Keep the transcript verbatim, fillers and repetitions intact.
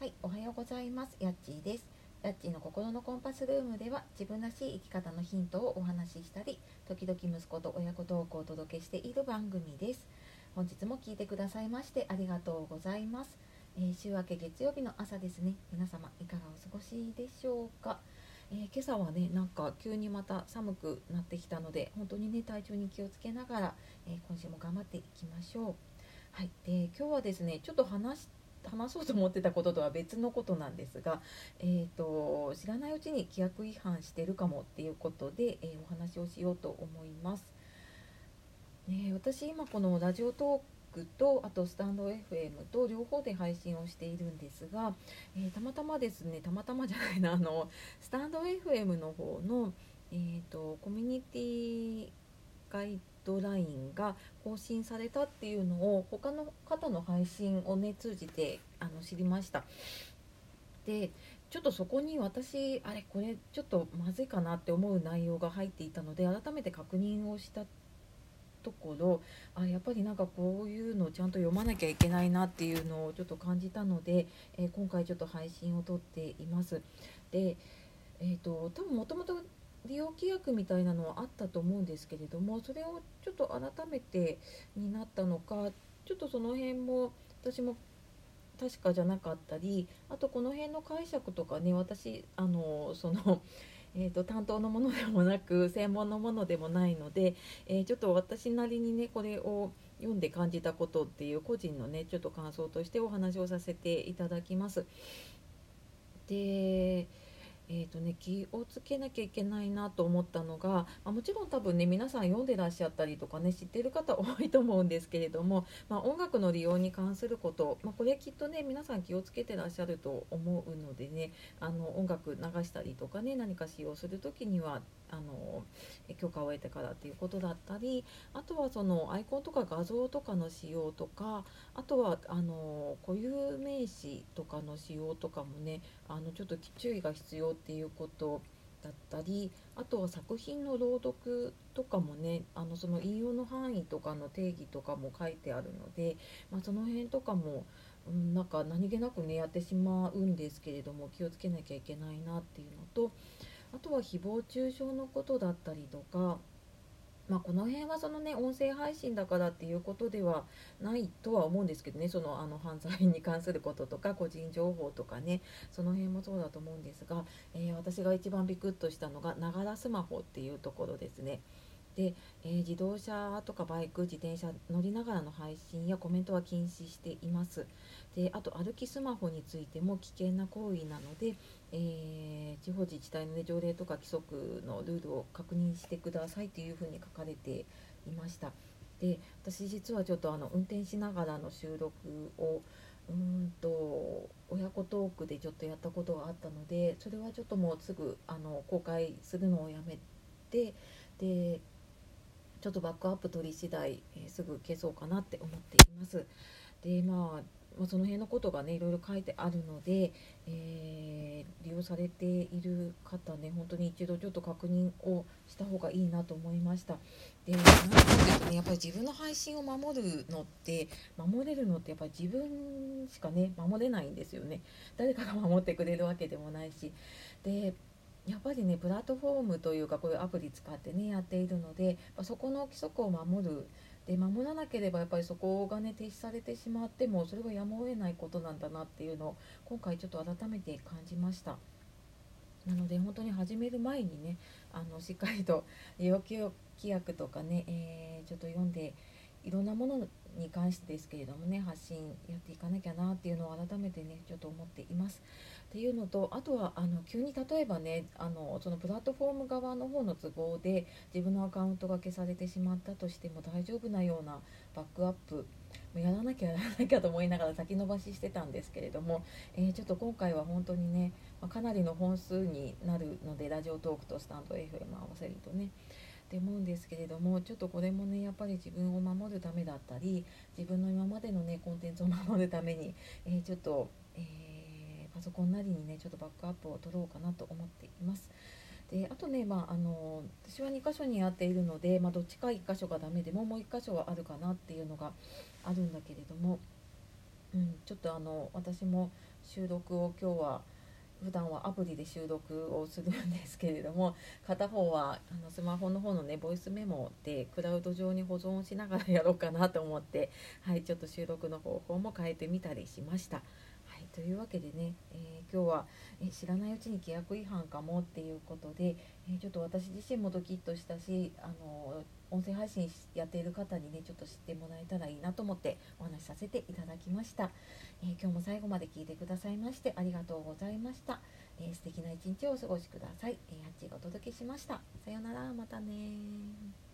はい、おはようございます。やっちーです。やっちーの心のコンパスルームでは、自分らしい生き方のヒントをお話ししたり、時々息子と親子トークをお届けしている番組です。本日も聞いてくださいましてありがとうございます。えー週明け月曜日の朝ですね。皆様いかがお過ごしでしょうか。えー今朝はね、なんか急にまた寒くなってきたので、本当にね、体調に気をつけながら、えー今週も頑張っていきましょう。はい、で今日はですね、ちょっと話し話そうと思ってたこととは別のことなんですが、えー、と知らないうちに規約違反してるかもっていうことで、えーお話をしようと思います、ね、私今このラジオトークとあとスタンド エフエム と両方で配信をしているんですが、えーたまたまですねたまたまじゃないなあのスタンド エフエム の方の、えー、とコミュニティガイドラインが更新されたっていうのを他の方の配信をね通じてあの知りました。でちょっとそこに私あれこれちょっとまずいかなって思う内容が入っていたので改めて確認をしたところ、あやっぱりなんかこういうのをちゃんと読まなきゃいけないなっていうのをちょっと感じたので、えー今回ちょっと配信をとっています。でえーと、多分もともと利用規約みたいなのはあったと思うんですけれども、それをちょっと改めてになったのか、ちょっとその辺も私も確かじゃなかったり、あとこの辺の解釈とかね、私あのそのえーと担当のものでもなく専門のものでもないので、えーちょっと私なりにねこれを読んで感じたことっていう個人のねちょっと感想としてお話をさせていただきます。でえーとね、気をつけなきゃいけないなと思ったのが、まあ、もちろん多分ね皆さん読んでらっしゃったりとかね知ってる方多いと思うんですけれども、まあ、音楽の利用に関すること、まあ、これきっとね皆さん気をつけてらっしゃると思うのでね、あの音楽流したりとかね何か使用する時にはあの許可を得てからっていうことだったり、あとはそのアイコンとか画像とかの使用とか、あとはあの固有名詞とかの使用とかもねあのちょっと注意が必要っていうことだったり、あとは作品の朗読とかもねあのその引用の範囲とかの定義とかも書いてあるので、まあ、その辺とかも、うん、なんか何気なくねやってしまうんですけれども気をつけなきゃいけないなっていうのと、あとは誹謗中傷のことだったりとか、まあ、この辺はそのね音声配信だからっていうことではないとは思うんですけどね、そのあの犯罪に関することとか個人情報とかねその辺もそうだと思うんですが、えー私が一番ビクッとしたのがながらスマホっていうところですね。で、えー自動車とかバイク自転車乗りながらの配信やコメントは禁止しています。であと歩きスマホについても危険な行為なので、えー地方自治体の、ね、条例とか規則のルールを確認してくださいというふうに書かれていました。で私実はちょっとあの運転しながらの収録をうーんと親子トークでちょっとやったことがあったので、それはちょっともうすぐあの公開するのをやめて、でちょっとバックアップ取り次第、えーすぐ消そうかなって思っています。で、まあ、まあその辺のことがねいろいろ書いてあるので、えー利用されている方ね本当に一度ちょっと確認をした方がいいなと思いました。でなんですねやっぱり自分の配信を守るのって守れるのってやっぱり自分しかね守れないんですよね。誰かが守ってくれるわけでもないし、でやっぱりねプラットフォームというかこういうアプリ使ってねやっているので、まあそこの規則を守る、で守らなければやっぱりそこがね停止されてしまってもそれはやむを得ないことなんだなっていうのを今回ちょっと改めて感じました。なので本当に始める前にねあのしっかりと要求規約とかね、えーちょっと読んでいろんなものに関してですけれどもね発信やっていかなきゃなっていうのを改めてねちょっと思っています。っていうのと、あとはあの急に例えばねあのそのプラットフォーム側の方の都合で自分のアカウントが消されてしまったとしても大丈夫なようなバックアップやらなきゃやらなきゃと思いながら先延ばししてたんですけれども、えーちょっと今回は本当にね、まあかなりの本数になるのでラジオトークとスタンド エフエム 合わせるとねって思うんですけれども、ちょっとこれもねやっぱり自分を守るためだったり自分の今までのねコンテンツを守るために、えーちょっと、えーパソコンなりにねちょっとバックアップを取ろうかなと思っています。であとね、まあ、あの私はに箇所にやっているので、まあ、どっちかいっ箇所がダメでももういっ箇所はあるかなっていうのがあるんだけれども、うん、ちょっとあの私も収録を今日は普段はアプリで収録をするんですけれども、片方はあのスマホの方のねボイスメモでクラウド上に保存しながらやろうかなと思って、はい、ちょっと収録の方法も変えてみたりしました。はい、というわけでね、えー今日は、えー知らないうちに規約違反かもっていうことで、えーちょっと私自身もドキッとしたし、あの音声配信やっている方にねちょっと知ってもらえたらいいなと思ってお話しさせていただきました。えー今日も最後まで聞いてくださいましてありがとうございました。えー素敵な一日をお過ごしください。えー、あっちがお届けしました。さようなら、またね。